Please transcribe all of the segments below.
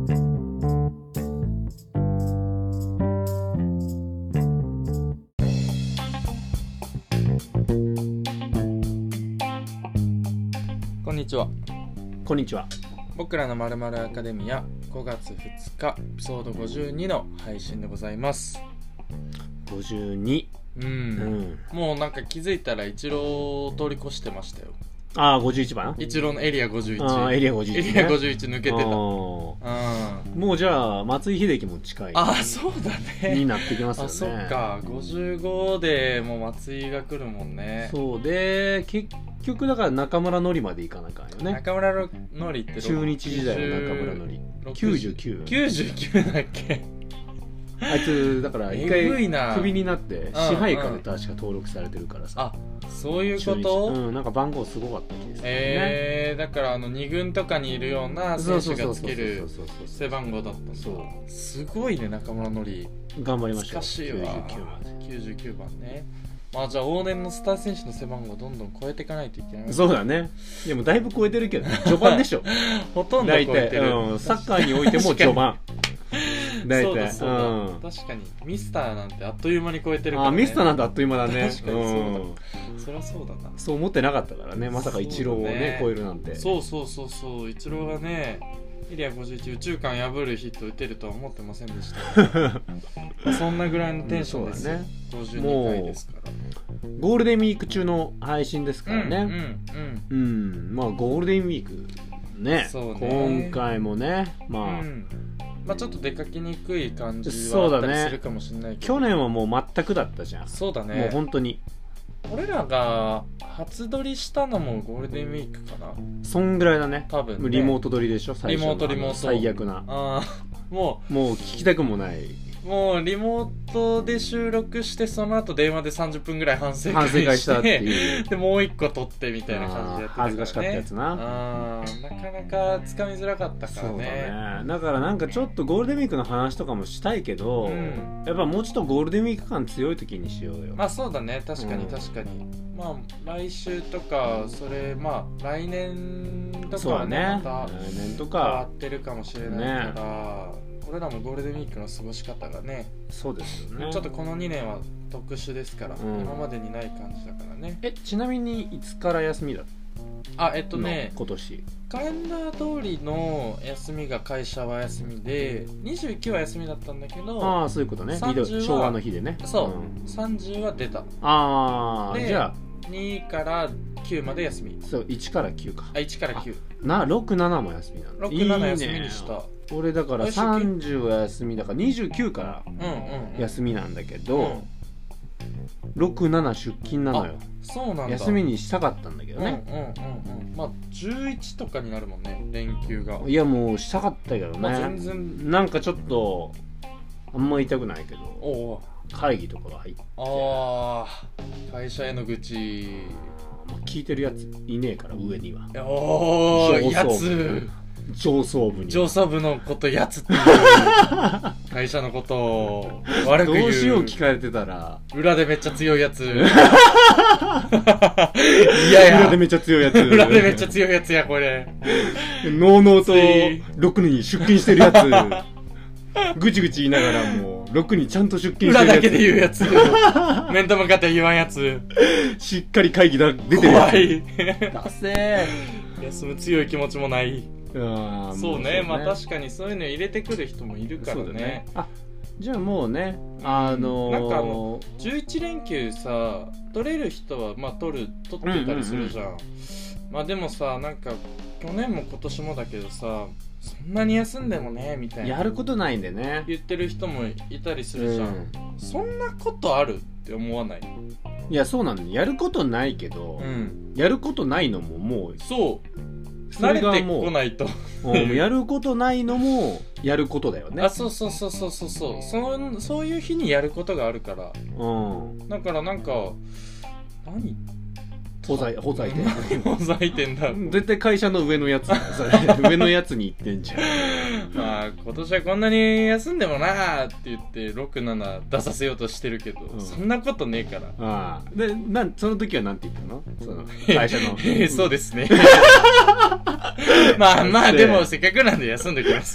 こんにちは。 こんにちは。 僕らの〇〇アカデミア5月2日エピソード52の配信でございます。 52。 もうなんか気づいたらイチローを通り越してましたよ。 ああ、51番イチローのエリア51。 ああ、エリア51、ね。 エリア51抜けてた。 もうじゃあ松井秀喜も近い。 ああ、そうだね。 になってきますよね。 あ、そっか。55でもう松井が来るもんね。 そうで、結局だから中村のりまで行かなあかんよね。 中村のりって中日時代の中村のり。99。 99だっけ。 あいつだから一回クビになって支配下で確か登録されてるからさ。 あ、そういうこと？ なんか番号すごかった気ですね。 だから2軍とかにいるような選手がつける背番号だったんだ。すごいね、中村のり。 頑張りました。 難しいわ。99番ね。まあじゃあ往年のスター選手の背番号どんどん超えていかないといけない。 そうだね。でもだいぶ超えてるけど、序盤でしょ。 ほとんど超えてる。 サッカーにおいても序盤。大体そうだ、確かにミスターなんてあっという間に超えてるからね。 ミスターなんてあっという間だね。 確かにそうだ、そりゃそうだな。 そう思ってなかったからね、まさかイチローをね超えるなんて。 そうイチローがねエリア51宇宙間破るヒット打てるとは思ってませんでしたそんなぐらいのテンションですね。52回ですから。 ゴールデンウィーク中の配信ですからね。まあゴールデンウィークね、今回もね、まあちょっと出かけにくい感じはあったりするかもしれないけど、 去年はもう全くだったじゃん。 そうだね。 もう本当に俺らが初撮りしたのもゴールデンウィークかな。 そんぐらいだね。 多分ね。 リモート撮りでしょ。最初のリモート最悪な。もう聞きたくもない。 もうリモートで収録してその後電話で30分ぐらい反省会したっていうでもう一個撮ってみたいな感じでやってたからね。 恥ずかしかったやつな。 なかなかつかみづらかったからね。 そうだね。だからなんかちょっとゴールデンウィークの話とかもしたいけど、やっぱもうちょっとゴールデンウィーク感強い時にしようよ。 まあそうだね、確かにまあ来週とかそれ来年とかはね、また来年と変わかってるかもしれないから、俺らもゴールデンウィークの過ごし方がね、 そうですよね。 ちょっとこの2年は特殊ですから、今までにない感じだからね。 ちなみにいつから休みだ？今年カレンダー通りの休みが会社は休みで29は休みだったんだけど、 そういうことね。 30は昭和の日でね。 30は出た。 じゃあ 2から9まで休み。 そう、1から9か。 1から9。 6、7も休みなんだ。 6、7休みにした。 俺だから30は休みだから29から休みなんだけど、6、7出勤なのよ。 そうなんだ。 休みにしたかったんだけどね。 まあ11とかになるもんね、連休が。 いやもうしたかったけどね。 全然なんかちょっとあんま言いたくないけど、会議とかが入って。 会社への愚痴聞いてるやついねえから、上には。 やつ上層部のことやつっていう会社のことを悪く言う。 どうしよう聞かれてたら。 裏でめっちゃ強いやつ。裏でめっちゃ強いやつ。 裏でめっちゃ強いやつや、これ。 のうのうと6に出勤してるやつ。ぐちぐち言いながらも6にちゃんと出勤してるやつ。 裏だけで言うやつ。面と向かって言わんやつ。 しっかり会議出てるやつ。 怖い。 ダセー。休む強い気持ちもない。そうね。まあ確かにそういうの入れてくる人もいるからね。 じゃあもうね、 なんか11連休さ、取れる人は取ってたりするじゃん。まあでもさ、なんか去年も今年もだけどさ、そんなに休んでもねみたいなやることないんでね言ってる人もいたりするじゃん。そんなことあるって思わない？ いや、そうなんだ。やることないけど、やることないのももう慣れてこないとやることないのもやることだよね。 そういう日にやることがあるから、だからなんかほざいてんだ。 絶対会社の上のやつ上のやつに言ってんじゃん。 今年はこんなに休んでもなーって言って67出させようとしてるけど、そんなことねえから。 ああ。で、その時はなんて言ったの？その会社の。 そうですね。まあでもせっかくなんで休んできます。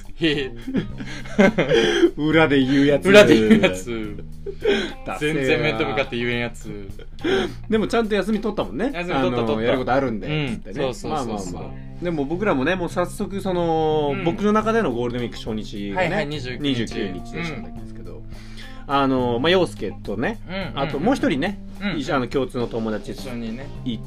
裏で言うやつ。 裏で言うやつ。全然面と向かって言えんやつ。 でもちゃんと休み取ったもんね。 休み取った。 やることあるんで、つってね。 そう。 まあ。でも僕らもね、もう早速僕の中でのゴールデンウィーク初日がね、29日でしたんですけど、陽介とね、あともう一人ね、共通の友達一緒にね、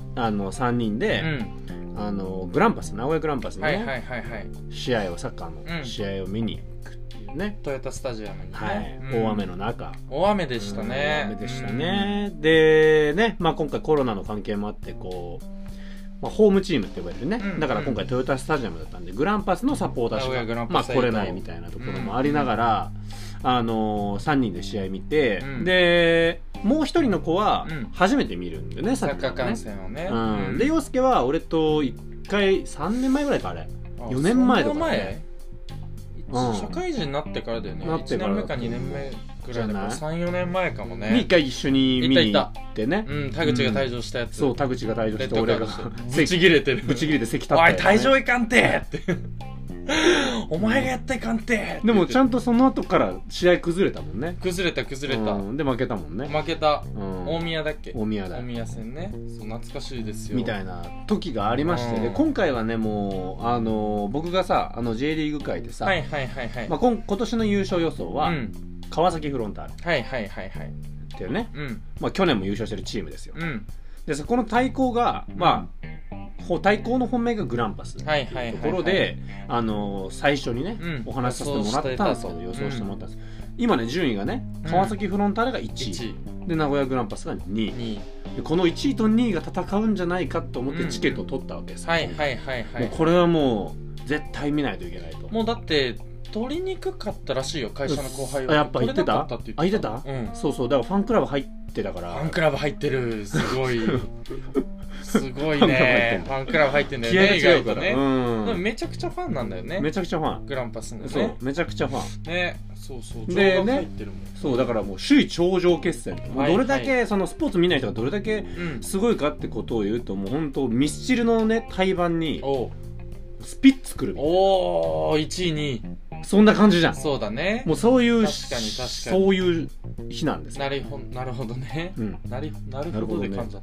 3人で、グランパス、名古屋グランパスのね、試合を、サッカーの試合を見に行くっていうね、 トヨタスタジアムにね、 大雨の中。 大雨でしたね。 大雨でしたね。でね、今回コロナの関係もあって、ホームチームって呼ばれるね、だから今回トヨタスタジアムだったんで、グランパスのサポーターしか来れないみたいなところもありながら、3人で試合見て、でもう一人の子は初めて見るんでね、 サッカー観戦をね。 で陽介は俺と1回3年前ぐらいか、あれ4年前とかね、 社会人になってからだよね。1年目か2年目ぐらいだから3、4年前かもね。 に1回一緒に見に行ってね。 田口が退場したやつ。 そう、田口が退場して俺がブチ切れてる。 ブチ切れて席立った。 おい、退場いかんてって。お前がやったいかんて。 でもちゃんとその後から試合崩れたもんね。 崩れた。で負けたもんね。 負けた。大宮だっけ？ 大宮戦ね。そう、懐かしいですよ。 みたいな時がありまして、で今回はね、もう僕がさ、J リーグ界でさ、今年の優勝予想は川崎フロンターレっていうね、去年も優勝してるチームですよ。でそこの対抗が対抗の本命がグランパスところで、最初にね、お話しさせてもらったんですけど、予想してもらったんです。今ね、順位がね、川崎フロンターレが1位で名古屋グランパスが2位で、この1位と2位が戦うんじゃないかと思ってチケットを取ったわけですよ。もうこれはもう絶対見ないといけないと。 もうだって取りにくかったらしいよ、会社の後輩は。 やっぱ言ってた？言ってた？そうそう、だからファンクラブ入ってたから。 ファンクラブ入ってる、すごいすごいね。ファンクラブ入ってんだよね、意外とね。でもめちゃくちゃファンなんだよね。 めちゃくちゃファン。 グランパスのね。 そう、めちゃくちゃファン。 ね、そう。 でね、そうだからもう首位頂上決戦。どれだけそのスポーツ見ない人がどれだけすごいかってことを言うと、もう本当ミスチルのね対バンにスピッツ来るみたいな。 おー、1位にそんな感じじゃん。 そうだね。 もうそういう、 確かにそういう日なんです。 なるほどね。なるほどで噛んじゃった。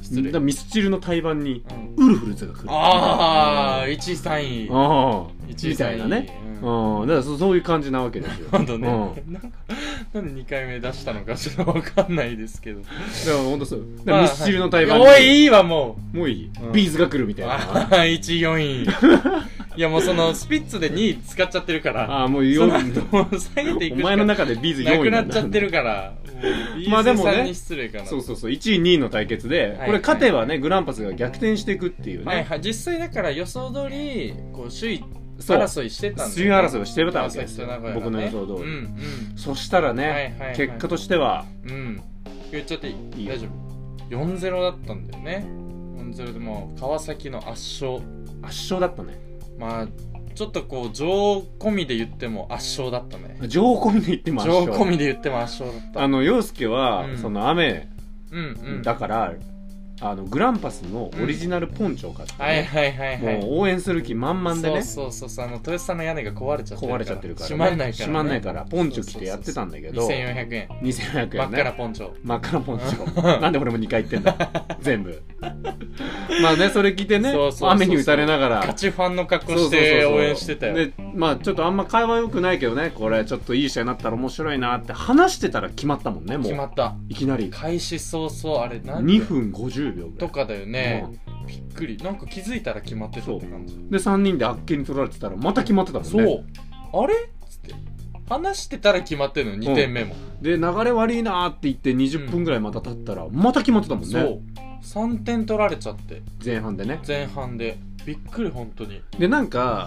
失礼。 ミスチルの対バンにウルフルズが来る。 ああ、1位3位。 ああ、みたいなね。だからそういう感じなわけですよ。 なるほどね。なんで2回目出したのかちょっとわかんないですけど。だから本当そう。ミスチルの対バンに。 おい、いいわもう。もういい。ビーズが来るみたいな。 1位4位。いやもうそのスピッツで2位使っちゃってるから。 ああ、もう4位。 下げていくしかお前の中でビーズ4位なくなっちゃってるから。 まあでもね、 失礼かな。 そう1位2位の対決で、これ勝てばね、グランパスが逆転していくっていうね。 実際だから予想通りこう首位争いしてたんですよ。首位争いをしてたわけですよ。僕の予想通り。そしたらね、結果としては、 言っちゃっていい？大丈夫。4-0だったんだよね。4-0でも川崎の圧勝だったね。 まあちょっとこう情込みで言っても圧勝だったね。 情込みで言っても圧勝。 情込みで言っても圧勝だった。 陽介はその雨だからグランパスのオリジナルポンチョを買ってもう応援する気満々でね。 そう豊洲さんの屋根が壊れちゃってるから閉まんないからポンチョ着てやってたんだけど 2400円ね。 真っ赤なポンチョなんで俺も2回言ってんだ全部。まあね、それ着てね、雨に打たれながらガチファンの格好して応援してたよ。 でまあちょっとあんま会話良くないけどね、これちょっといい試合になったら面白いなって話してたら決まったもんね。もう決まった。 いきなり開始早々、あれ何 2分50秒ぐらいとかだよね。びっくり。なんか気づいたら決まってたって感じで、3人であっけに取られてたらまた決まってたもんね。 そうあれっつって話してたら決まってるの、2点目も。 で流れ悪いなーって言って20分ぐらいまた経ったらまた決まってたもんね。 そう3点取られちゃって前半でね。 びっくり本当に。 でなんか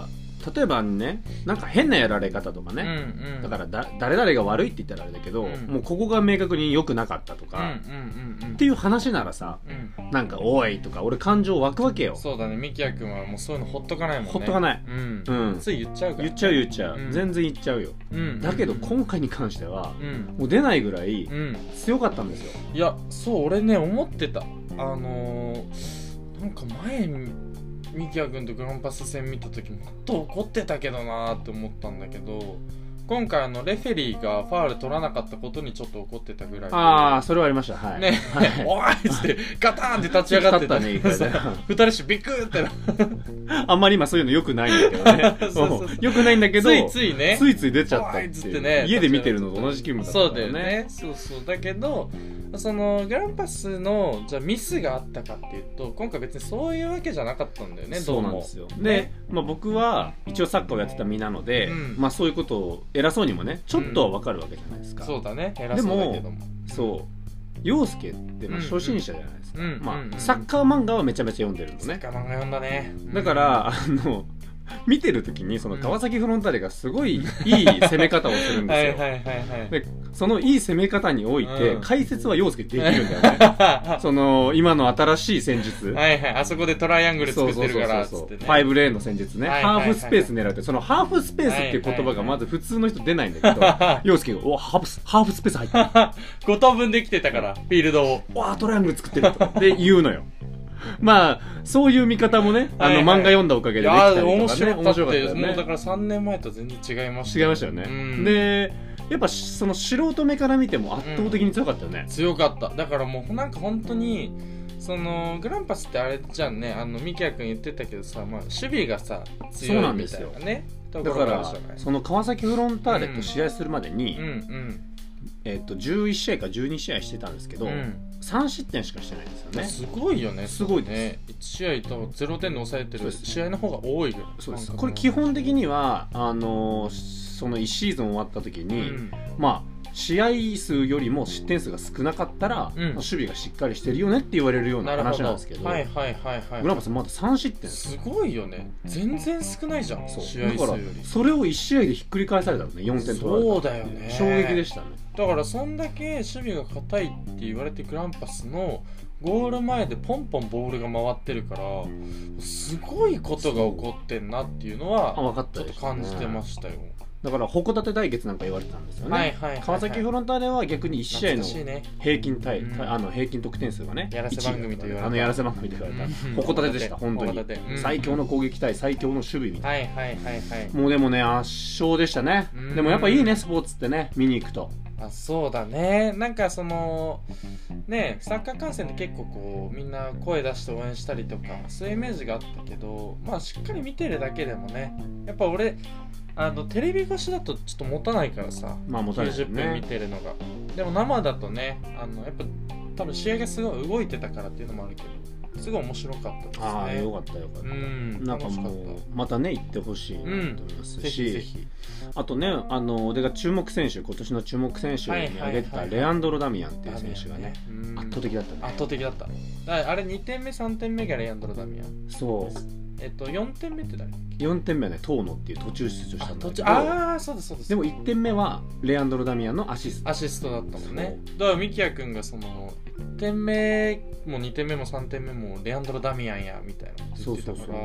例えばねなんか変なやられ方とかね、だから誰々が悪いって言ったらあれだけど、もうここが明確に良くなかったとか、っていう話ならさ、なんかおいとか俺感情湧くわけよ。 そうだね、みきやくんはもうそういうのほっとかないもんね。 ほっとかない、 つい言っちゃうから、 言っちゃう、全然言っちゃうよ、だけど今回に関しては、もう出ないぐらい強かったんですよ。 いやそう俺ね思ってた、なんか前みきやくんとグランパス戦見た時もっと怒ってたけどなーって思ったんだけど、今回レフェリーがファール取らなかったことにちょっと怒ってたぐらいで。 ああそれはありました。はいね、 はい、おいっつってガターンって立ち上がってたね。二人してビクーってなあんまり今そういうの良くないんだけどね。良くないんだけどついついねついつい出ちゃったっていう、 ね、 家で見てるのと同じ気分だったからね。 そうだよね。そうそうだけどそのグランパスのじゃあミスがあったかっていうと今回別にそういうわけじゃなかったんだよね。 そうなんですよ。で、まあ、僕は一応サッカーをやってた身なので、まあそういうことを偉そうにもねちょっとは分かるわけじゃないですか。 そうだね、偉そうだけども。 そう陽介ってまあ初心者じゃないですか。まあサッカー漫画はめちゃめちゃ読んでるのね。 サッカー漫画読んだね。 だから見てる時にその川崎フロンターレがすごいいい攻め方をするんですよ。でそのいい攻め方において解説は陽介できるんだよね。その今の新しい戦術、 はいはい、あそこでトライアングル作ってるからつってね、 5レーンの戦術ね、ハーフスペース狙って、そのハーフスペースっていう言葉がまず普通の人出ないんだけど、陽介がおハーフスペース入ってる 5等分できてたからフィールドをわトライアングル作ってるとで言うのよ。まあそういう見方もね、漫画読んだおかげでできたりとかね、面白かったよね。 もうだから3年前と全然違いましたよね。でやっぱその素人目から見ても圧倒的に強かったよね。 強かった。だからもうなんか本当にそのグランパスってあれじゃんね、ミキヤ君言ってたけどさ、まあ、守備がさ強いみたいなね。 だからその川崎フロンターレと試合するまでに、11試合か12試合してたんですけど、3失点しかしてないんですよね。 すごいよね。 すごいね。 1試合と0点で抑えてる試合の方が多いぐらい。 そうです。これ基本的にはその1シーズン終わった時に、まあ試合数よりも失点数が少なかったら、守備がしっかりしてるよねって言われるような話なんですけど、グランパスまだ3失点。 すごいよね。全然少ないじゃん。試合数より。 それを1試合でひっくり返されたのね。4点取られた。 そうだよね。 衝撃でしたね。 だからそんだけ守備が硬いって言われてグランパスのゴール前でポンポンボールが回ってるからすごいことが起こってんなっていうのはちょっと感じてましたよ。 だから矛立て対決なんか言われてたんですよね。川崎フロンターレは逆に1試合の平均平均得点数がね、 やらせ番組と言われたやらせ番組と言われた矛立てでした。本当に最強の攻撃対最強の守備みたいな。もうでもね圧勝でしたね。でもやっぱいいねスポーツってね、見に行くと。 あ、そうだね。なんかそのね、サッカー観戦で結構こうみんな声出して応援したりとかそういうイメージがあったけど、まあしっかり見てるだけでもね、やっぱ俺テレビ越しだとちょっと持たないからさ、 まあ持たないですね、 90分見てるのが。でも生だとね、やっぱ多分試合がすごい動いてたからっていうのもあるけど、すごい面白かったですね。 ああ、よかったよかった。なんかもうまたね行ってほしいなと思いますし、ぜひあとね、俺が注目選手、今年の注目選手に挙げてたレアンドロ・ダミアンっていう選手がね、圧倒的だったね。 圧倒的だった。あれ2点目3点目がレアンドロ・ダミアン。 そう。 4点目って誰 ？4点目はね、遠野っていう途中出場したんだけど、 ああ、そうですそうです。 でも1点目はレアンドロ・ダミアンのアシストだったもんね。だからミキヤ君がその1点目も2点目も3点目もレアンドロ・ダミアンやみたいなこと言ってたから、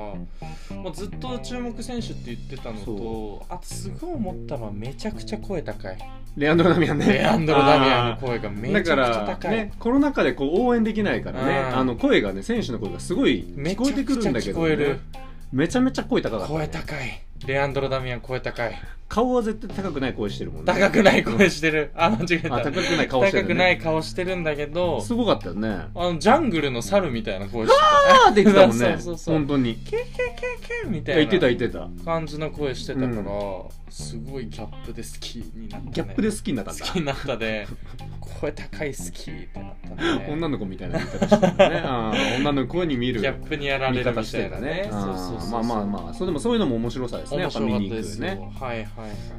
もうずっと注目選手って言ってたのと、あとすごい思ったのはめちゃくちゃ声高い。 レアンドロ・ダミアンね。 レアンドロ・ダミアンの声がめちゃくちゃ高い。 だからね、コロナ禍でこう応援できないからね、声がね、選手の声がすごい聞こえてくるんだけど、ね、めちゃめちゃ声高かった、ね。 声高い。レアンドロ・ダミアン声高い。 顔は絶対高くない声してるもんね。 高くない声してる。間違えた。 高くない顔してる、ね。 高くない顔してるんだけど、 すごかったよね。 ジャングルの猿みたいな声してた。あーって言ってたもんね。そう本当に。 ケケケケみたいな。 言ってた。 感じの声してたから、すごいギャップで好きになったね。 ギャップで好きになったんだ。 好きになったで、声高い好きってなったね。 女の子みたいな言い方してたね。女の子に見る。 ギャップにやられるみたいなね。 まあまあまあ、そういうのも面白さですね。やっぱ見に行くね。 はいはいはい。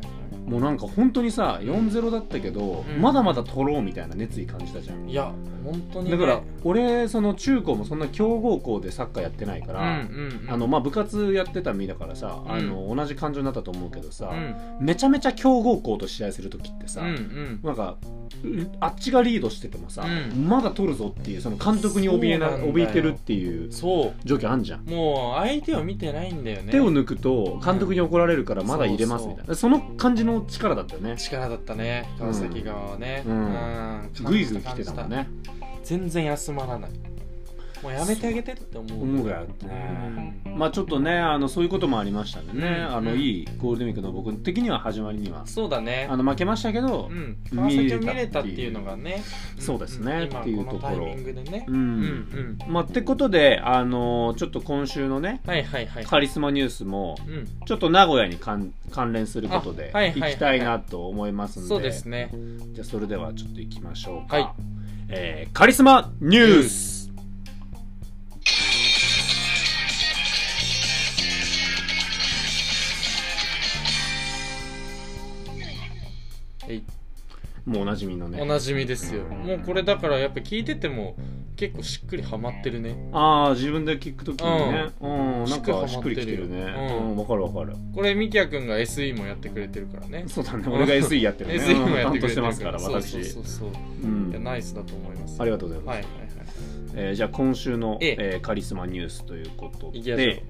もうなんか本当にさ 4-0 だったけど、まだまだ取ろうみたいな熱意感じたじゃん。 いや本当に、 だから俺その中高もそんな強豪校でサッカーやってないから、まあ部活やってた身だからさ、同じ感情になったと思うけどさ、めちゃめちゃ強豪校と試合する時ってさ、なんかあっちがリードしててもさ、まだ取るぞっていうその監督に怯えてるっていう状況あんじゃん。 もう相手を見てないんだよね。 手を抜くと監督に怒られるからまだ入れますみたいな、その感じの力だったよね。 力だったね、川崎側はね。 グイグイ来てたもんね。 全然休まらない。もうやめてあげてって思うぐらいあってね。まあちょっとねそういうこともありましたんでね、いいゴールデンウィークの僕的には始まりにはそうだね、 負けましたけど、 川崎を見れたっていうのがね、 そうですね、っていうところ。 今このタイミングでね。 まあってことでちょっと今週のねカリスマニュースもちょっと名古屋に関連することでいきたいなと思いますんで、 そうですね。 じゃあそれではちょっといきましょうか。カリスマニュース。もうおなじみのね。 おなじみですよ。もうこれだからやっぱ聞いてても結構しっくりハマってるね。 自分で聞くときにね、なんかしっくりきてるね。わかるわかる。 これミキヤくんが SE もやってくれてるからね。 そうだね、俺が SE やってるね。 SE もやってくれてる担当してますから私。 いやナイスだと思います。 ありがとうございます。じゃあ今週のカリスマニュースということで、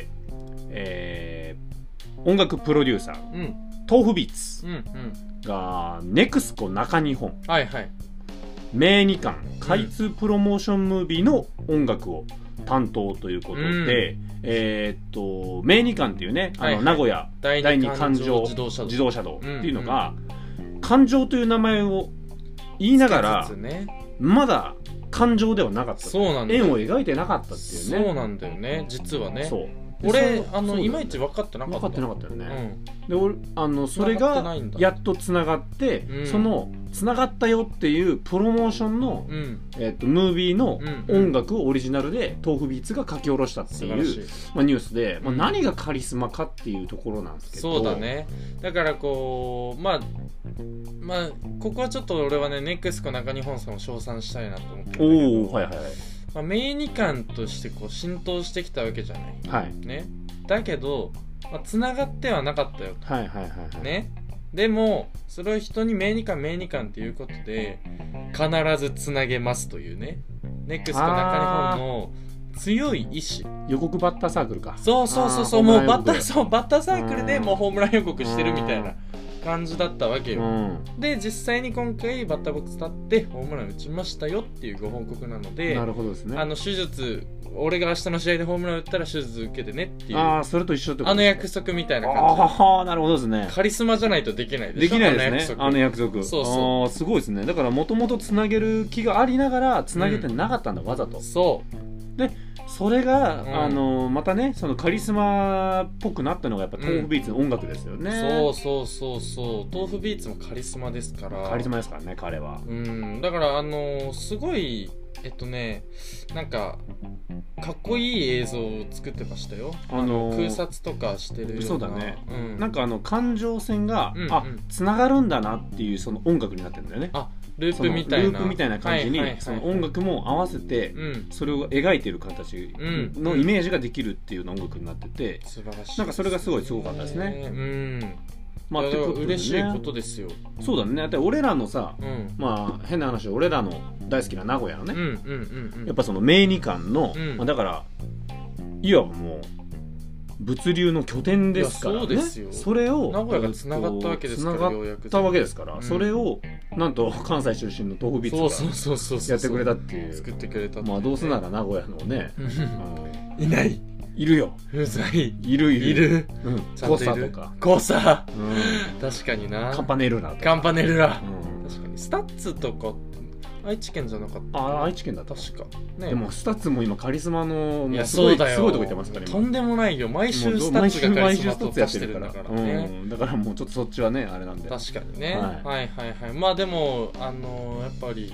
音楽プロデューサー豆腐ビーツがネクスコ中日本名2巻開通プロモーションムービーの音楽を担当ということで、名2巻っていうね名古屋第二環状自動車道っていうのが環状という名前を言いながらまだ環状ではなかった、円を描いてなかったっていうね。 そうなんだよね、実はね。俺いまいち分かってなかったよね。で俺それがやっとつながって、そのつながったよっていうプロモーションのムービーの音楽をオリジナルで豆腐ビーツが書き下ろしたっていうニュースで、何がカリスマかっていうところなんですけど。 そうだね。だからこうここはちょっと俺はねネクスコ中日本さんを称賛したいなと思ってるんだけど、名2巻としてこう浸透してきたわけじゃないね。だけどつながってはなかったよね。でもそれを人に名2巻っていうことで必ずつなげますというね、ネクスコ中日本の強い意志。 予告バッターサークルか。 そうもうバッターサークルでもうホームラン予告してるみたいな感じだったわけよ。で実際に今回バッターボックス立ってホームラン打ちましたよっていうご報告なので、 なるほどですね。 手術、俺が明日の試合でホームラン打ったら手術受けてねっていう、 それと一緒ってこと約束みたいな感じ。 なるほどですね。 カリスマじゃないとできないでしょ。 できないですね、約束。すごいですね。だからもともとつなげる気がありながらつなげてなかったんだ、わざと。でそれが、またねそのカリスマっぽくなったのがやっぱ豆腐ビーツの音楽ですよね。 そう豆腐ビーツもカリスマですから。 カリスマですからね彼は。 だからすごいなんかかっこいい映像を作ってましたよ。空撮とかしてるような。 そうだね、なんか環状線がつながるんだなっていうその音楽になってるんだよね。 ループみたいな感じにその音楽も合わせてそれを描いてる形のイメージができるっていう音楽になってて、なんかそれがすごかったですね。 嬉しいことですよ。 そうだね。俺らのさ、変な話、俺らの大好きな名古屋のね、やっぱその名2巻の、だからいわばもう物流の拠点ですからね。それを名古屋がつながったわけですから、 ようやくつながったわけですから、それをなんと関西出身の豆腐ビーツがやってくれたっていう、 作ってくれた。 どうせなら名古屋のねいないいるよ。 うざい。 いる。 コサとか。コサ。確かにな。 カンパネルラ。 確かに。スタッツとか愛知県じゃなかった。 愛知県だ確か。でもスタッツも今カリスマのすごいとこ行ってますから。 とんでもないよ。毎週スタッツがカリスマと出してるからね。 だからもうちょっとそっちはねあれなんで。 確かにね。はい。まあでもやっぱり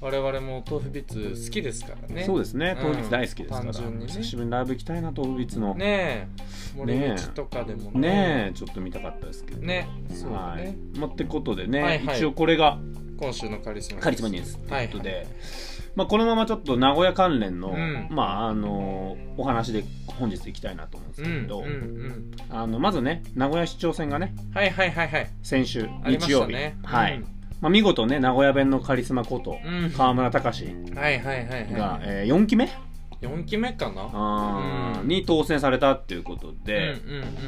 我々も豆腐ビッツ好きですからね。 そうですね、豆腐ビッツ大好きですから、 単純にね、 久しぶりにライブ行きたいな、豆腐ビッツのねえ、森道とかでもねちょっと見たかったですけどね。そうだね、 ってことでね、一応これが今週のカリスマニュースということで、このままちょっと名古屋関連の、お話で本日いきたいなと思うんですけど、まずね、名古屋市長選がね、先週日曜日、見事ね、名古屋弁のカリスマこと河村隆が4期目かなに当選されたっていうことで、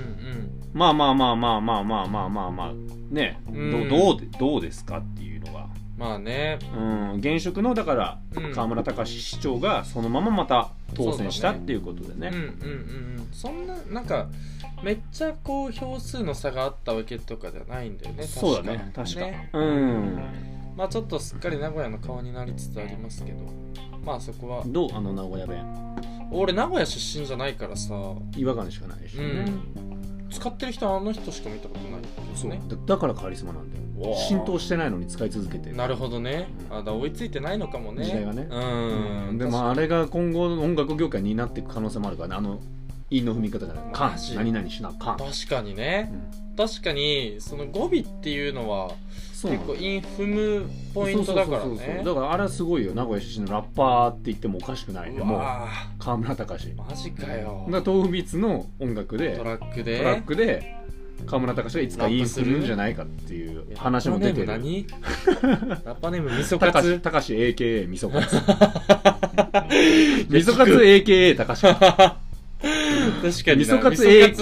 ね、どうですかっていうのが、 まあね、 現職のだから河村隆市長がそのまままた当選したっていうことでね、 そんななんかめっちゃこう票数の差があったわけとかじゃないんだよね。 そうだね、確かまあちょっとすっかり名古屋の顔になりつつありますけど、まあそこはどう、名古屋弁。 俺名古屋出身じゃないからさ、 違和感しかないでしょね、 使ってる人はあの人しか見たことないですね。 だからカリスマなんだよ。浸透してないのに使い続けてる。 なるほどね。だ追いついてないのかもね、 時代がね。でもあれが今後の音楽業界になっていく可能性もあるからね。韻の踏み方じゃない。かん、何々しなかん。 確かにね、確かにその語尾っていうのは結構韻踏むポイントだからね。 だからあれはすごいよ。名古屋出身のラッパーって言ってもおかしくないよ。もう河村隆。 マジかよ。 だから豆腐ビーツの音楽でトラックで河村隆がいつか韻踏むんじゃないかっていう話も出てる。 ラッパネームみそかつ。 高し AKA みそかつ。みそかつ AKA 高し。 確かにみそかつ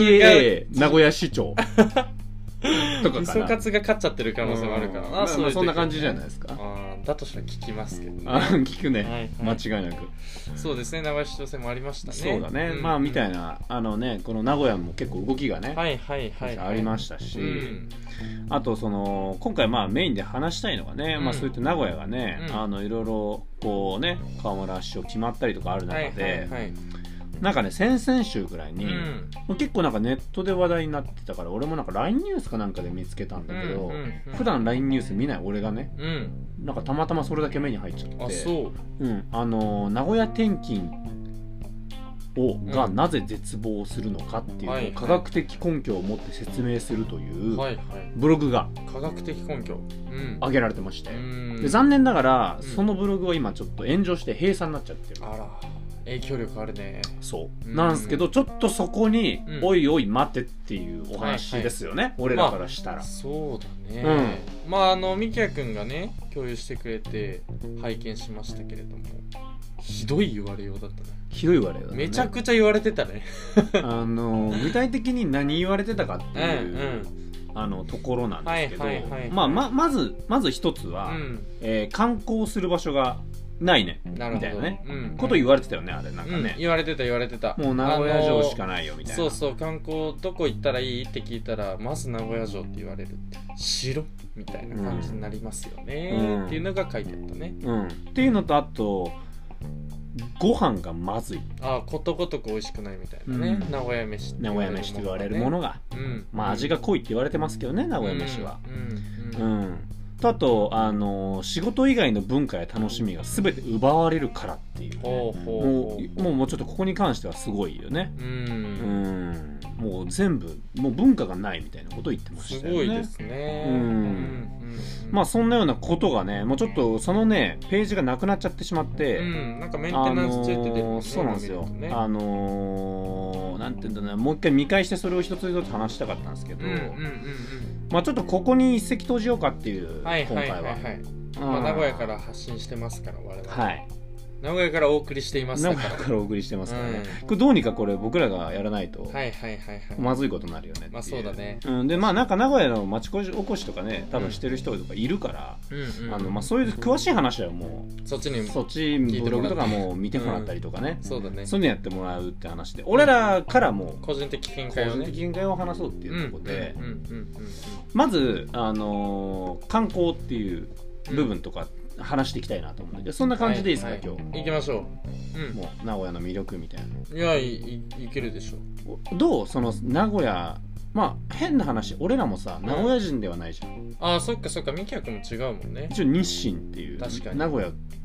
AKA 名古屋市長とかかな。 みそかつが勝っちゃってる可能性もあるからな。 そんな感じじゃないですか。 だとしたら聞きますけどね。 聞くね、間違いなく。 そうですね、名古屋市長選もありましたね。 そうだね、みたいなこの名古屋も結構動きがねありましたし、あとその今回メインで話したいのがね、そういった名古屋がね、いろいろこうね河村市長決まったりとかある中で、なんかね、先々週ぐらいに、結構なんかネットで話題になってたから、俺もなんか LINE ニュースかなんかで見つけたんだけど、普段 LINE ニュース見ない俺がね、なんかたまたまそれだけ目に入っちゃって、名古屋転勤がなぜ絶望するのかっていうのを科学的根拠を持って説明するというブログが科学的根拠上げられてまして、で残念ながらそのブログは今ちょっと炎上して閉鎖になっちゃってる。 あら、影響力あるね。 そうなんですけど、ちょっとそこにおいおい待てっていうお話ですよね、俺らからしたら。 そうだね。みきやくんがね共有してくれて拝見しましたけれども、ひどい言われようだったね。 ひどい言われようだね。 めちゃくちゃ言われてたね。 具体的に何言われてたかっていうところなんですけど、まず一つは、観光する場所がないねみたいなね、こと言われてたよね、あれなんかね。 言われてた。 もう名古屋城しかないよみたいな。 そう、観光どこ行ったらいいって聞いたら、まず名古屋城って言われるって、城みたいな感じになりますよねっていうのが書いてあったね。 っていうのと、あとご飯がまずい。 ことごとく美味しくないみたいなね。名古屋飯って言われるものが、味が濃いって言われてますけどね、名古屋飯は。あと仕事以外の文化や楽しみが全て奪われるからっていう、もうちょっとここに関してはすごいよね。もう全部もう文化がないみたいなことを言ってましたよね。 すごいですね。 そんなようなことがね、もうちょっとそのねページがなくなっちゃってしまって、 なんかメンテナンス中って出てるね。 そうなんですよ。なんていうんだろうな、もう一回見返してそれを一つ一つ話したかったんですけど、ちょっとここに一石投じようかっていう、今回は。 名古屋から発信してますから我々。名古屋からお送りしていますから。 名古屋からお送りしてますからね。これどうにかこれ僕らがやらないとまずいことになるよねっていう。 そうだね。 でなんか名古屋の町おこしとかね、多分してる人とかいるから、そういう詳しい話はもうそっちブログとかも見てもらったりとかね。 そうだね。 そういうのやってもらうって話で、俺らからも個人的見解を話そうっていうところで、まず観光っていう部分とか話していきたいなと思うんだけど、そんな感じでいいですか、今日。 行きましょう。もう名古屋の魅力みたいな。 いや、いけるでしょ。 どうその名古屋、変な話、俺らもさ名古屋人ではないじゃん。 そっか、みきやくんも違うもんね。 一応日清っていう名古屋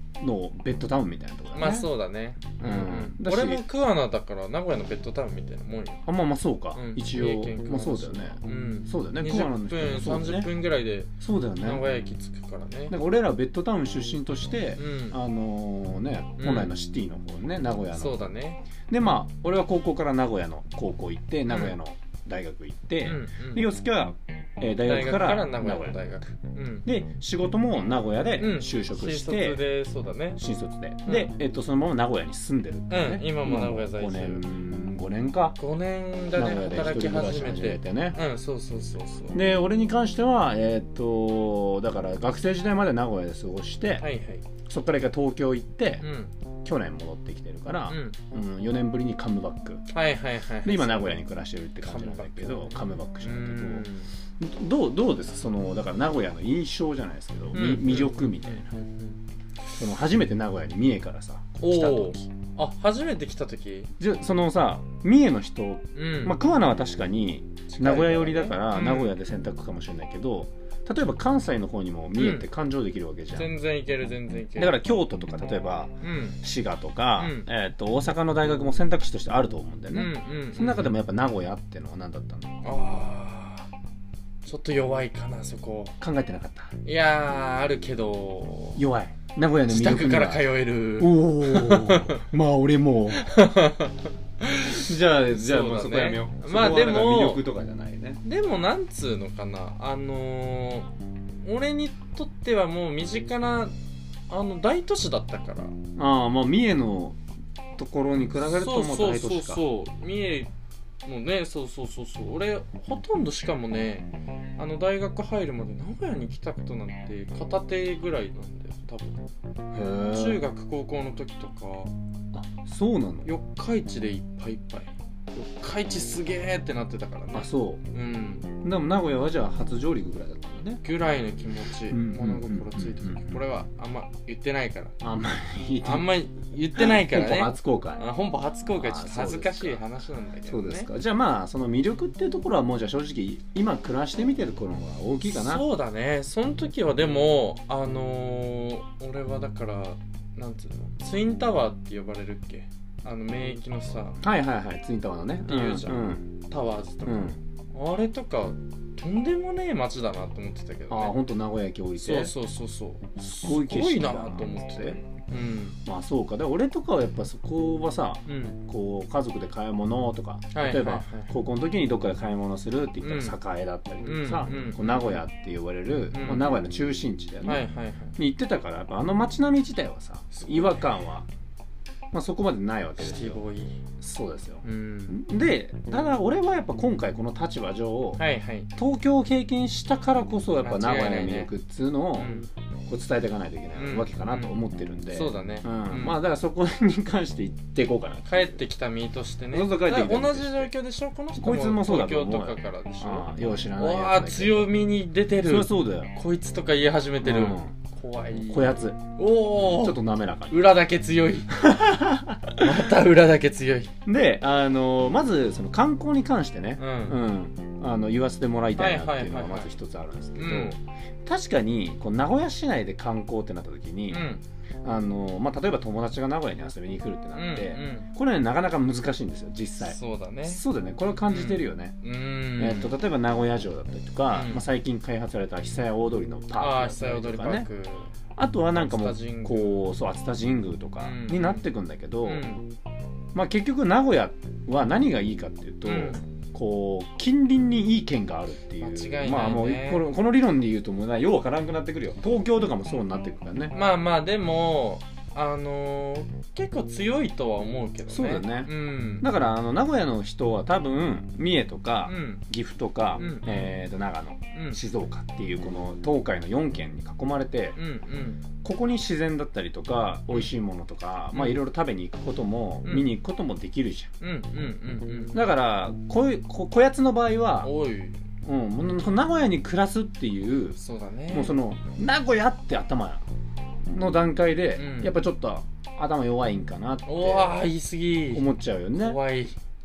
のベッドタウンみたいなところだね。 まあそうだね。俺も桑名だから名古屋のベッドタウンみたいなもんよ。 まあそうか。一応まあそうだよね。そうだよね。 20分30分ぐらいでそうだよね。 名古屋駅着くからね。 なんか俺らベッドタウン出身として本来のシティの方ね、名古屋の。 そうだね。 でまあ俺は高校から名古屋の高校行って名古屋の大学行って、で洋介は大学から名古屋大学で仕事も名古屋で就職して、 新卒でそうだね、 新卒ででそのまま名古屋に住んでるってね。 今も名古屋在住 5年か 5年だね、働き始めてね。そうで俺に関してはだから学生時代まで名古屋で過ごして、そこから東京行って去年戻ってきてるから4年ぶりにカムバックで今名古屋に暮らしてるって感じなんだけど、カムバックしたんだけど、どうですだから名古屋の印象じゃないですけど、魅力みたいな、その初めて名古屋に三重からさ来た時、 初めて来た時じゃそのさ三重の人、桑名は確かに名古屋寄りだから名古屋で選択かもしれないけど、例えば関西の方にも三重って環状できるわけじゃん。 全然いけるだから京都とか例えば滋賀とか大阪の大学も選択肢としてあると思うんだよね。その中でもやっぱ名古屋っていうのは何だったの？ ちょっと弱いかな、そこ考えてなかった。 いやあるけど弱い。名古屋の魅力自宅から通える。 まあ俺もじゃあもうそこやめよう。 まあでも魅力とかじゃないね。 でもなんつうのかな、俺にとってはもう身近な大都市だったから。 まあ三重のところに比べるともう大都市か。 そう三重もうね、そう俺ほとんどしかもね大学入るまで名古屋に来たことなんて片手ぐらいなんだよ多分。中学高校の時とか。 そうなの？ 四日市でいっぱいいっぱい。四日市すげーってなってたからね。 そう。でも名古屋はじゃあ初上陸ぐらいだったんだね。 ぐらいの気持ち、物心ついた時。これはあんま言ってないから。あんま言ってないからね。 本邦初公開。 本邦初公開ちょっと恥ずかしい話なんだけどね。 そうですか。じゃあまあその魅力っていうところはもうじゃあ正直今暮らしてみてる頃が大きいかな。 そうだね。その時はでも俺はだからなんつうの、ツインタワーって呼ばれるっけ、名駅のさ、 ツインタワーのねっていうじゃん、タワーズとか、あれとかとんでもねえ街だなと思ってたけどね。 本当名古屋駅降りてそうすごい景色だなと思って。 まあそうか。で俺とかはやっぱそこはさ、こう家族で買い物とか、例えば高校の時にどっかで買い物するって言ったら栄だったりとかさ、名古屋って呼ばれる名古屋の中心地だよねに行ってたから、やっぱ街並み自体はさ違和感はそこまでないわけですよ。そうですよ。でただ俺はやっぱ今回この立場上、東京を経験したからこそやっぱ名古屋の魅力っつうのをこう伝えていかないといけないわけかなと思ってるんで。 そうだね。 まあだからそこに関して言っていこうかな。 帰ってきた身としてね。同じ状況でしょ。この人も東京とかからでしょ。 よう知らないやつ。 強みに出てる。 そうだよ。 こいつとか言い始めてる。怖い。 こやつ。ちょっと滑らかに。 裏だけ強い。また裏だけ強い。 で、まずその観光に関してね、言わせてもらいたいなっていうのがまず一つあるんですけど、確かにこう名古屋市内で観光ってなった時に、例えば友達が名古屋に遊びに来るってなって、これねなかなか難しいんですよ実際。そうだね。これを感じてるよね。例えば名古屋城だったりとか、最近開発された久屋大通りのパークだったりとかね。あとはなんかもうこう熱田神宮とかになってくんだけど、結局名古屋は何がいいかっていうと、こう近隣にいい県があるっていう。間違いないね。もうこの理論で言うともうようわからんくなってくるよ。東京とかもそうになってくからね。 でも結構強いとは思うけどね。 そうだね。だから名古屋の人は多分三重とか岐阜とか長野、静岡っていうこの東海の4県に囲まれて、ここに自然だったりとか美味しいものとかいろいろ食べに行くことも見に行くこともできるじゃん。だからこやつの場合は名古屋に暮らすっていう、もうその名古屋って頭の段階でやっぱちょっと頭弱いんかなって言い過ぎ思っちゃうよね。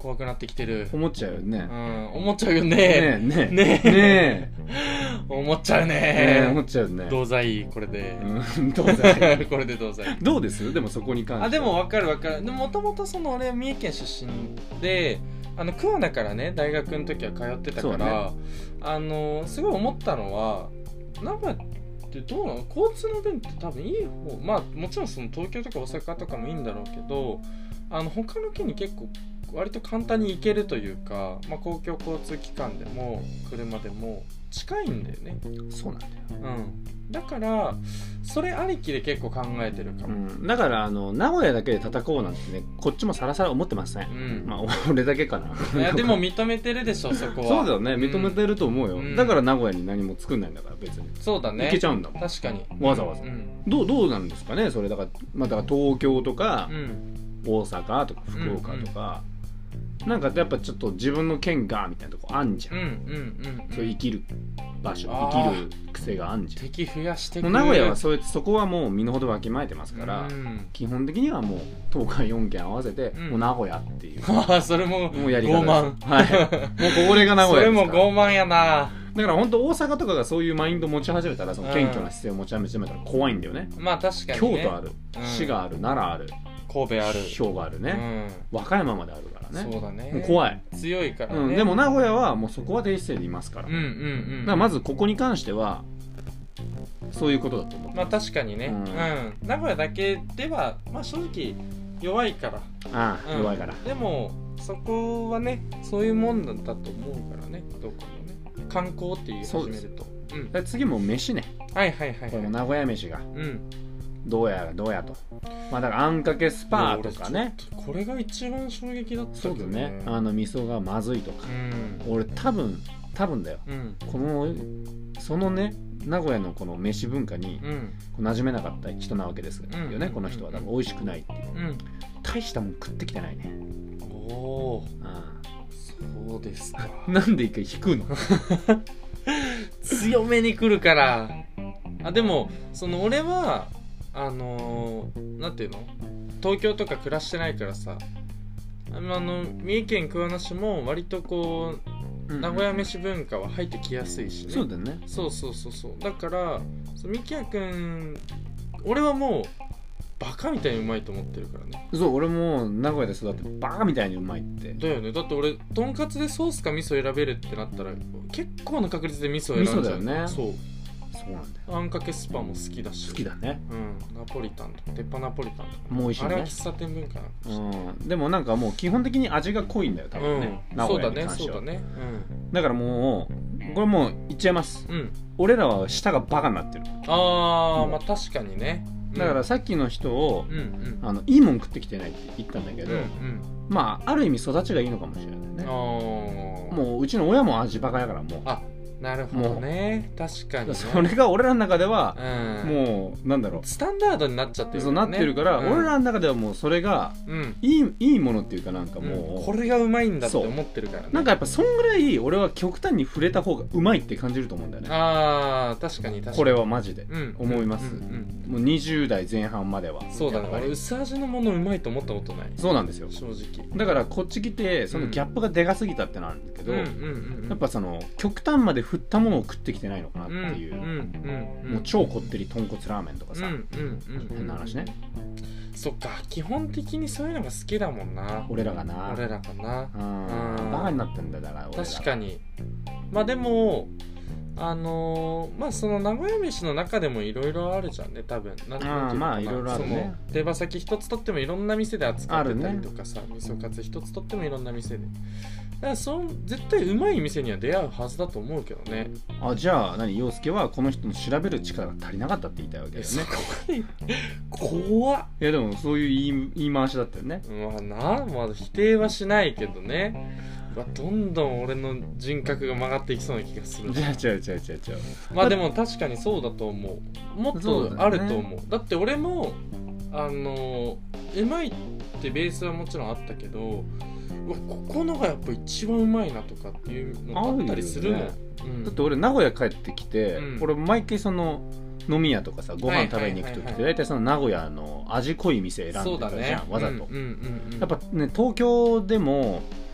怖くなってきてる。 思っちゃうよね。 思っちゃうよね。 ね思っちゃうね。 思っちゃうね。 同罪これで。 同罪。 これで同罪。 どうです？でもそこに関して。 でも分かる。でももともとその俺は三重県出身で、桑名からね大学の時は通ってたから、すごい思ったのは名古屋ってどうなの？交通の便って多分いい方、まあもちろんその東京とか大阪とかもいいんだろうけど、他の県に結構割と簡単に行けるというか、公共交通機関でも車でも近いんだよね。 そうなんだよ。 だからそれありきで結構考えてるかも。 だから名古屋だけで叩こうなんてね、こっちもさらさら思ってません。俺だけかな。 いやでも認めてるでしょそこは。 そうだよね、認めてると思うよ。だから名古屋に何も作んないんだから別に。 そうだね。 行けちゃうんだもん。 確かに。 わざわざ。どうなんですかねそれ。だからだから東京とか大阪とか福岡とか。なんかやっぱちょっと自分の県がみたいなとこあんじゃん。そう生きる場所、生きる癖があんじゃん。 敵増やしてくる。 もう名古屋はそうやってそこはもう身の程わきまえてますから、基本的にはもう東海4県合わせてもう名古屋っていう。 それもうやり方です。 傲慢。 はい。もうこれが名古屋ですから。 それも傲慢やな。 だから本当大阪とかがそういうマインド持ち始めたら、その謙虚な姿勢を持ち始めたら怖いんだよね。 まあ確かに京都ある、滋賀ある、奈良ある、 神戸ある、 兵庫あるね、和歌山まであるからね。 そうだね。 もう怖い。 強いからね。 でも名古屋はもうそこは低姿勢でいますから。だからまずここに関してはそういうことだと思う。 まあ確かにね。名古屋だけでは正直弱いから。 弱いから。 でもそこはねそういうもんだと思うからね。どこもね。観光って言い始めると。 次も飯ね。 はい。 この名古屋飯が。どうやと。だからあんかけスパーとかね。 これが一番衝撃だったけどね。 そうだね。味噌がまずいとか。俺多分だよ。そのね名古屋のこの飯文化に馴染めなかった人なわけですよね。この人は多分美味しくないっていう。大したもん食ってきてないね。 そうですか。 なんで一回引くの？ 強めに来るから。でもその俺はなんていうの、東京とか暮らしてないからさ、三重県桑名市も割とこう名古屋飯文化は入ってきやすいしね。 そうだね。 そうだからみきやくん、俺はもうバカみたいにうまいと思ってるからね。 そう、俺も名古屋で育ってバカみたいにうまいってだよね。だって俺とんかつでソースか味噌選べるってなったら結構な確率で味噌選んじゃう。 味噌だよね。 そうなんだよ。あんかけスパも好きだし。 好きだね。 ナポリタンとか鉄板ナポリタンとかもう美味しいね。 あれは喫茶店文化なの。でもなんかもう基本的に味が濃いんだよ多分ね。名古屋に関しては。 そうだね。 だからもうこれもう言っちゃいます。俺らは舌がバカになってる。 まあ確かにね。 だからさっきの人をいいもん食ってきてないって言ったんだけど、まあある意味育ちがいいのかもしれないね。もううちの親も味バカやからもう。 なるほどね。確かに、ね、 それが俺らの中では、もうなんだろう、 スタンダードになっちゃってる、ね、 そうなってるから、俺らの中ではもうそれが、いいものっていうかなんかもう、 これがうまいんだって思ってるからね。 なんかやっぱそんぐらい俺は極端に触れた方がうまいって感じると思うんだよね。 確かにこれはマジで、思います、もう20代前半までは。 そうだね。俺薄味のものうまいと思ったことない。 そうなんですよ正直。だからこっち来てそのギャップがでかすぎたってなんだけど、やっぱその極端まで振ったものを食ってきてないのかなっていう、もう超こってり豚骨ラーメンとかさ、変な話ね。 そっか、基本的にそういうのが好きだもんな。 俺らがな。バカになってんだよ。だから俺ら確かに。まあでもまあその名古屋飯の中でもいろいろあるじゃんね多分。 まあいろいろあるね。 手羽先一つとってもいろんな店で扱ってたりとかさ、味噌カツ一つとってもいろんな店で。だから絶対うまい店には出会うはずだと思うけどね。 じゃあ陽介はこの人の調べる力が足りなかったって言いたいわけだよね。 そこで怖っ。 いやでもそういう言い回しだったよね。 まあ否定はしないけどね。どんどん俺の人格が曲がっていきそうな気がする。 違う。 まあでも確かにそうだと思う。もっとあると思う。だって俺もうまいってベースはもちろんあったけど、ここのがやっぱ一番うまいなとかっていうのがあったりするの。だって俺名古屋帰ってきて、俺毎回その飲み屋とかさご飯食べに行く時って大体その名古屋の味濃い店選んでたじゃん、わざと。やっぱね東京でも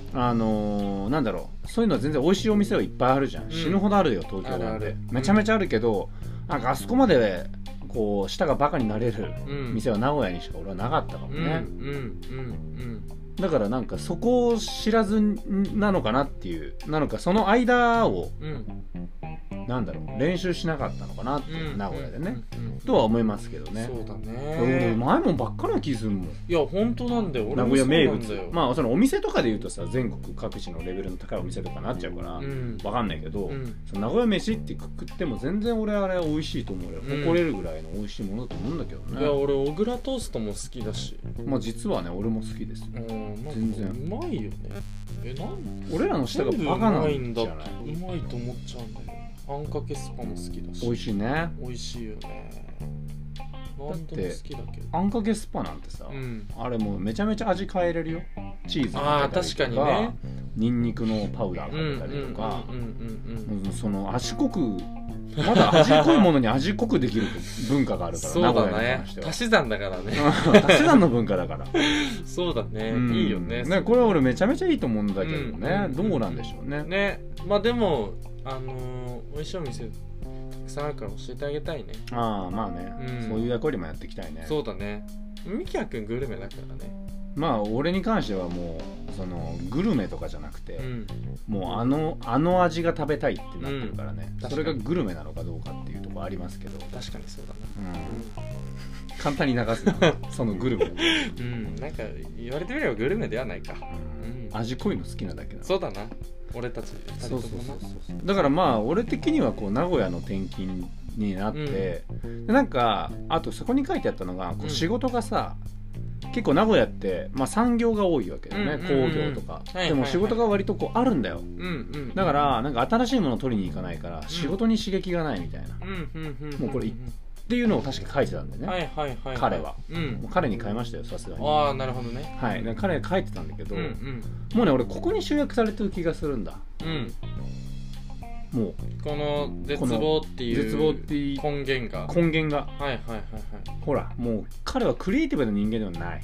なんだろう、そういうのは全然美味しいお店はいっぱいあるじゃん、死ぬほどあるよ東京なんて、めちゃめちゃあるけど、なんかあそこまでこう舌がバカになれる店は名古屋にしか俺はなかったかもね。だからなんかそこを知らずなのかなっていう、なのかその間を、なんだろう、練習しなかったのかなっていう、名古屋でね、とは思いますけどね。 そうだね。 俺うまいもんばっかな気するもん。いや本当なんだよ。 名古屋名物。まあそのお店とかで言うとさ、全国各地のレベルの高いお店とかになっちゃうから、わかんないけど、その名古屋飯って食っても全然俺あれ美味しいと思うよ。誇れるぐらいの美味しいものだと思うんだけどね。 いや俺小倉トーストも好きだし。 まあ実はね俺も好きです。全然うまいよね。 俺らの舌がバカなんじゃない？ うまいと思っちゃうんだよ。あんかけスパも好きだし。 美味しいね。 美味しいよね。だってあんかけスパなんてさ、あれもうめちゃめちゃ味変えれるよ。チーズかけたりとか、確かにね、ニンニクのパウダーかけたりとか、その味濃く、まだ味濃いものに味濃くできる文化があるから。 そうだね。足し算だからね。 足し算の文化だから。 そうだね。いいよね。 これは俺めちゃめちゃいいと思うんだけどね。どうなんでしょうね。 ね、まあでも美味しいお店たくさんあるから教えてあげたいね。 ああまあね、そういう役割もやっていきたいね。 そうだね。みきやくんグルメだからね。 まあ俺に関してはもうそのグルメとかじゃなくて、もうあの味が食べたいってなってるからね、それがグルメなのかどうかっていうところありますけど。 確かにそうだな。 簡単に流すそのグルメ。 なんか言われてみればグルメではないか。 味濃いの好きなだけだ。 そうだな。俺たち2人ともな。 だからまあ俺的にはこう名古屋の転勤になって、なんかあとそこに書いてあったのがこう仕事がさ、結構名古屋ってまあ産業が多いわけだよね、工業とか。でも仕事が割とこうあるんだよ。だからなんか新しいものを取りに行かないから仕事に刺激がないみたいな。もうこれっていうのを確か書いてたんでね、彼は。彼に変えましたよ、さすがに。 ああなるほどね。 はい、彼が書いてたんだけど、もうね俺ここに集約されてる気がするんだ。もうこの絶望っていう根源がほらもう彼はクリエイティブな人間ではない。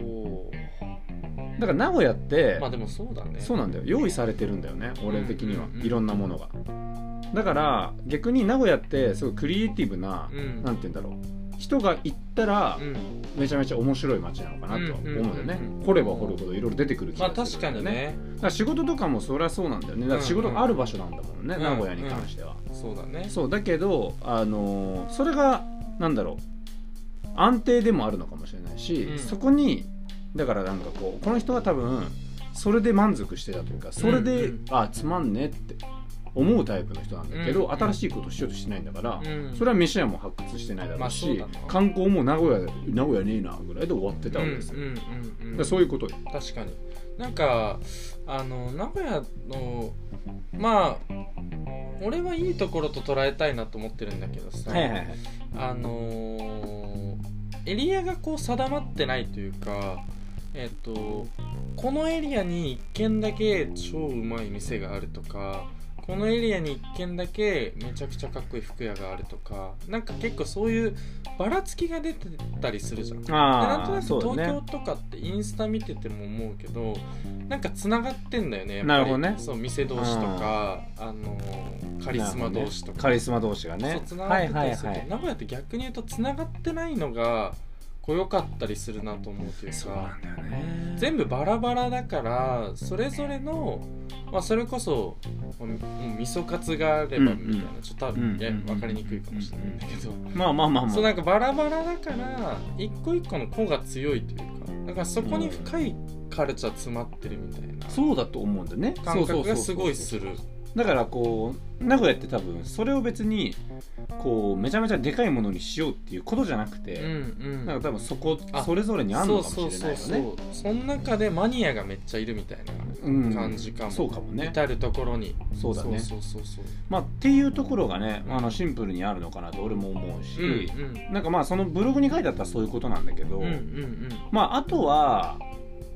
だから名古屋ってまあでもそうだね。 そうなんだよ、用意されてるんだよね、俺的には。いろんなものが。だから逆に名古屋ってすごいクリエイティブな、なんて言うんだろう、人が行ったらめちゃめちゃ面白い街なのかなとは思うんだよね。掘れば掘るほどいろいろ出てくる気がするんだよね。だから仕事とかもそりゃそうなんだよね。だから仕事がある場所なんだもんね、名古屋に関しては。 そうだね。 そうだけどそれがなんだろう、安定でもあるのかもしれないし、そこにだからなんかこうこの人は多分それで満足してたというか、それでつまんねって思うタイプの人なんだけど、新しいことをしようとしてないんだから、それは飯屋も発掘してないだろうし、観光も名古屋ねえなぐらいで終わってたわけですよ。そういうことよ。 確かになんか名古屋のまあ俺はいいところと捉えたいなと思ってるんだけどさ、エリアがこう定まってないというか、このエリアに1軒だけ超うまい店があるとか、このエリアに1軒だけめちゃくちゃかっこいい服屋があるとか、なんか結構そういうばらつきが出てたりするじゃん。なんとなく東京とかってインスタ見てても思うけど、なんかつながってんだよねやっぱり。 なるほどね。 そう店同士とかカリスマ同士とか、 カリスマ同士がね、 そうつながってたりするけど、名古屋って逆に言うとつながってないのがこう良かったりするなと思うというか、 そうなんだよね。 全部バラバラだからそれぞれの、まあ、それこそ味噌カツがあればみたいな、ちょっと多分分かりにくいかもしれないんだけど、そうなんかバラバラだから一個一個の個が強いというか、だからそこに深いカルチャー詰まってるみたいな、 そうだと思うんだよね。 感覚がすごいする。 だからこう名古屋って多分それを別にこうめちゃめちゃでかいものにしようっていうことじゃなくて、なんか多分それぞれにあるのかもしれないよね。 その中でマニアがめっちゃいるみたいな感じかも。 そうかもね。 至るところに。 そうだね。まあっていうところがね、シンプルにあるのかなと俺も思うし、なんかまあそのブログに書いてあったらそういうことなんだけど、まああとは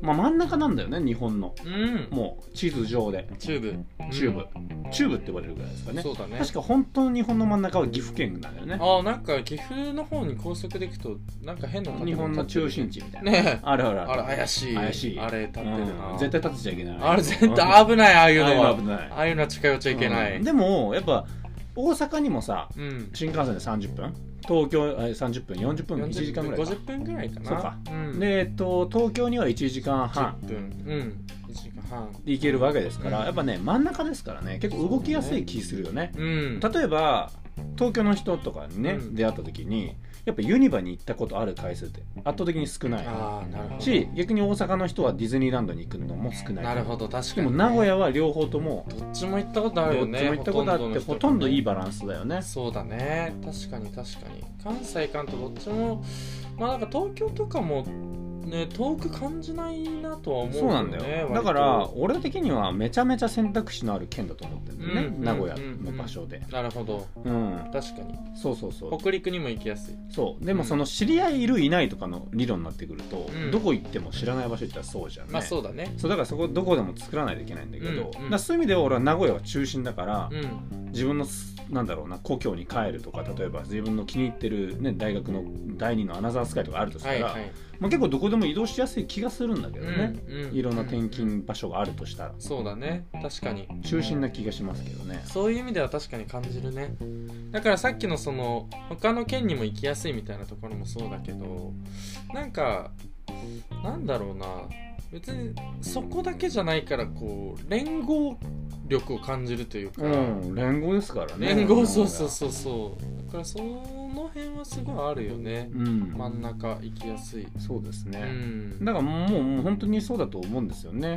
まあ真ん中なんだよね、日本の、もう地図上で中部って呼ばれるぐらいですかね。 そうだね。 確か本当の日本の真ん中は岐阜県なんだよね。 なんか岐阜の方に高速で行くとなんか変な日本の中心地みたいなね。 ある怪しいあれ立ってるな。 絶対立てちゃいけない。 あれ絶対危ない。ああいうのはああいうのは近寄っちゃいけない。 でもやっぱ大阪にもさ、新幹線で30分、東京30分、40分、1時間ぐらいか、 50分ぐらいかな。 そうか、で東京には1時間半、1時間半で行けるわけですから、やっぱね真ん中ですからね、結構動きやすい気するよね。例えば東京の人とかにね、出会った時にやっぱユニバに行ったことある回数って圧倒的に少ないし、逆に大阪の人はディズニーランドに行くのも少ない。 なるほど、確かに、 でも名古屋は両方ともどっちも行ったことあるよね。 どっちも行ったことあってほとんどいいバランスだよね。 そうだね、確かに関西関東どっちもまあなんか東京とかもね、遠く感じないなとは思うよね。 そうなんだよ。だから俺的にはめちゃめちゃ選択肢のある県だと思ってるんだよね、名古屋の場所で。 なるほど、確かに。そう北陸にも行きやすい。そうでもその知り合いいるいないとかの理論になってくると、どこ行っても知らない場所行ったらそうじゃんね。 まあそうだね。 そうだからそこどこでも作らないといけないんだけど、だそういう意味では俺は名古屋は中心だから、自分のなんだろうな故郷に帰るとか、例えば自分の気に入ってる、ね、大学の第2のアナザースカイとかあるとしたら、まあ、結構どこでも移動しやすい気がするんだけどね、いろんな転勤場所があるとしたら。 そうだね、確かに中心な気がしますけどね。 そういう意味では確かに感じるね。だからさっきのその他の県にも行きやすいみたいなところもそうだけど、なんかなんだろうな、別にそこだけじゃないからこう連合力を感じるというか、 連合ですからね。 連合、そうだからその辺はすごいあるよね、真ん中行きやすい。 そうですね、だからもう本当にそうだと思うんですよね。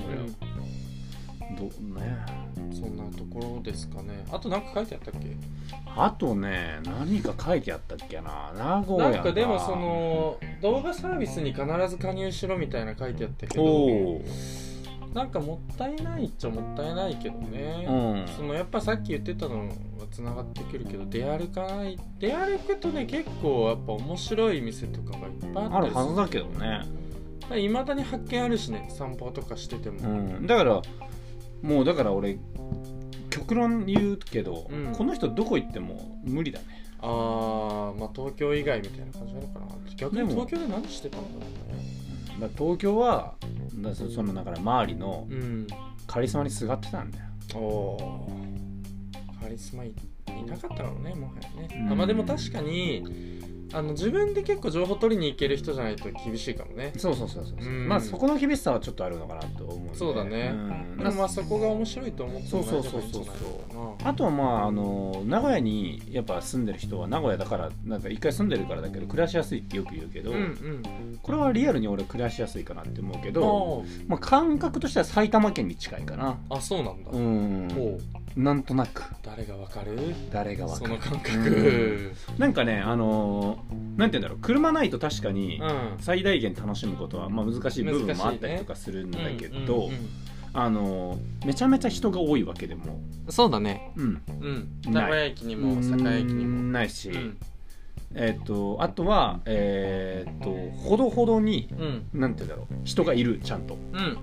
そんなところですかね。あと何か書いてあったっけ？ あとね、何か書いてあったっけな。名古屋なんかでもその動画サービスに必ず加入しろみたいな書いてあったけど、なんかもったいないっちゃもったいないけどね、そのやっぱさっき言ってたのはつながってくるけど、出歩くとね、結構やっぱ面白い店とかがいっぱいあったりする。 あるはずだけどね。 いまだに発見あるしね、散歩とかしてても、 だから俺極論言うけど、この人どこ行っても無理だね。 まあ東京以外みたいな感じなのかな。逆に東京で何してたんだろうね。 東京はそのだから周りのカリスマにすがってたんだよ。 カリスマいなかったのね、もはやね。まあでも確かに自分で結構情報取りに行ける人じゃないと厳しいかもね。そう、まあそこの厳しさはちょっとあるのかなと思うんで。そうだね、でもまあそこが面白いと思ってもらえればいいんじゃないかな。あとはまあ名古屋にやっぱ住んでる人は名古屋だからなんか一回住んでるからだけど暮らしやすいってよく言うけど、これはリアルに俺暮らしやすいかなって思うけど、まあ感覚としては埼玉県に近いかな。あ、そうなんだ。なんとなく誰がわかるその感覚、なんかねなんて言うんだろう、車ないと確かに最大限楽しむことはまあ難しい部分もあったりとかするんだけど、めちゃめちゃ人が多いわけでもそうだね、名古屋駅にも栄駅にもないし、あとはほどほどになんて言うんだろう、人がいる、ちゃんと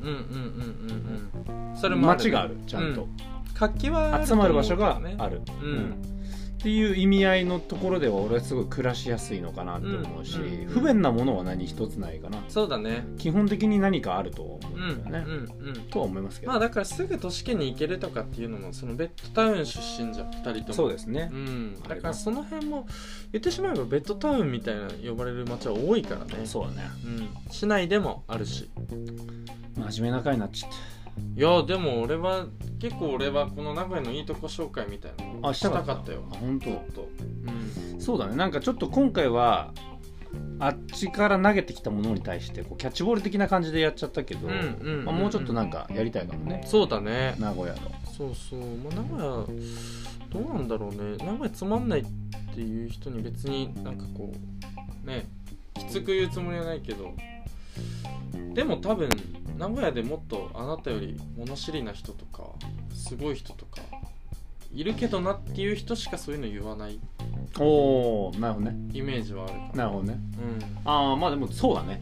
街がある、ちゃんと活気は集まる場所があるっていう意味合いのところでは俺はすごい暮らしやすいのかなって思うし、不便なものは何一つないかな。そうだね、基本的に何かあると思うんだよね、とは思いますけど。まあだからすぐ都市圏に行けるとかっていうのもそのベッドタウン出身じゃん、2人とも。そうですね、だからその辺も言ってしまえばベッドタウンみたいな呼ばれる街は多いからね。そうだね、市内でもあるし。真面目な回になっちゃって。いやでも俺はこの名古屋のいいとこ紹介みたいなのしたかったよ。本当。そうだね、なんかちょっと今回はあっちから投げてきたものに対してこうキャッチボール的な感じでやっちゃったけど、もうちょっとなんかやりたいかもね。そうだね、名古屋の。そう、まあ、名古屋どうなんだろうね。名古屋つまんないっていう人に別になんかこうねきつく言うつもりはないけど、でも多分名古屋でもっとあなたより物知りな人とかすごい人とかいるけどなっていう人しかそういうの言わない。なるほどね、イメージはあるから。なるほどね、まあでもそうだね、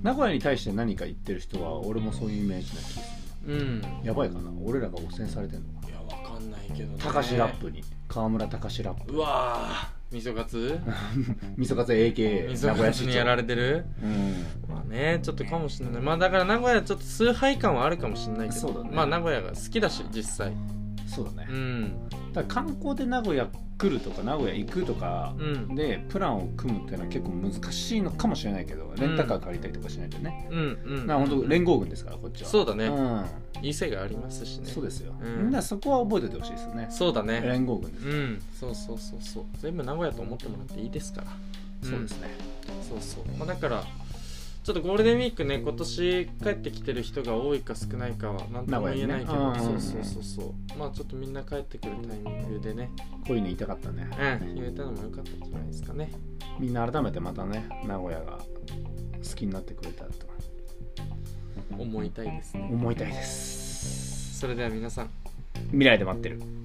名古屋に対して何か言ってる人は俺もそういうイメージな気がする。やばいかな、俺らが汚染されてんのか。 いやわかんないけどね。 高志ラップに川村高志ラップ。 うわー、味噌カツ味噌カツ AKA 味噌カツにやられてる。まあね、ちょっとかもしれない。まあだから名古屋ちょっと崇拝感はあるかもしれないけど、そうだね、まあ名古屋が好きだし実際。 そうだね。だから観光で名古屋来るとか名古屋行くとかでプランを組むっていうのは結構難しいのかもしれないけど、レンタカー借りたりとかしないとね。本当連合軍ですからこっちは。 そうだね。いい線がありますしね。 そうですよ。みんなそこは覚えておいてほしいですよね。 そうだね。 連合軍です。 そう全部名古屋と思ってもらっていいですから。 そうですね。 まあだからちょっとゴールデンウィークね、今年帰ってきてる人が多いか少ないかは何とも言えないけど、まあちょっとみんな帰ってくるタイミングでね、 こういうの言いたかったね。 言えたのも良かったんじゃないですかね。 みんな改めてまたね、名古屋が好きになってくれたらと思いたいですね。 思いたいです。 それでは皆さん、 未来で待ってる。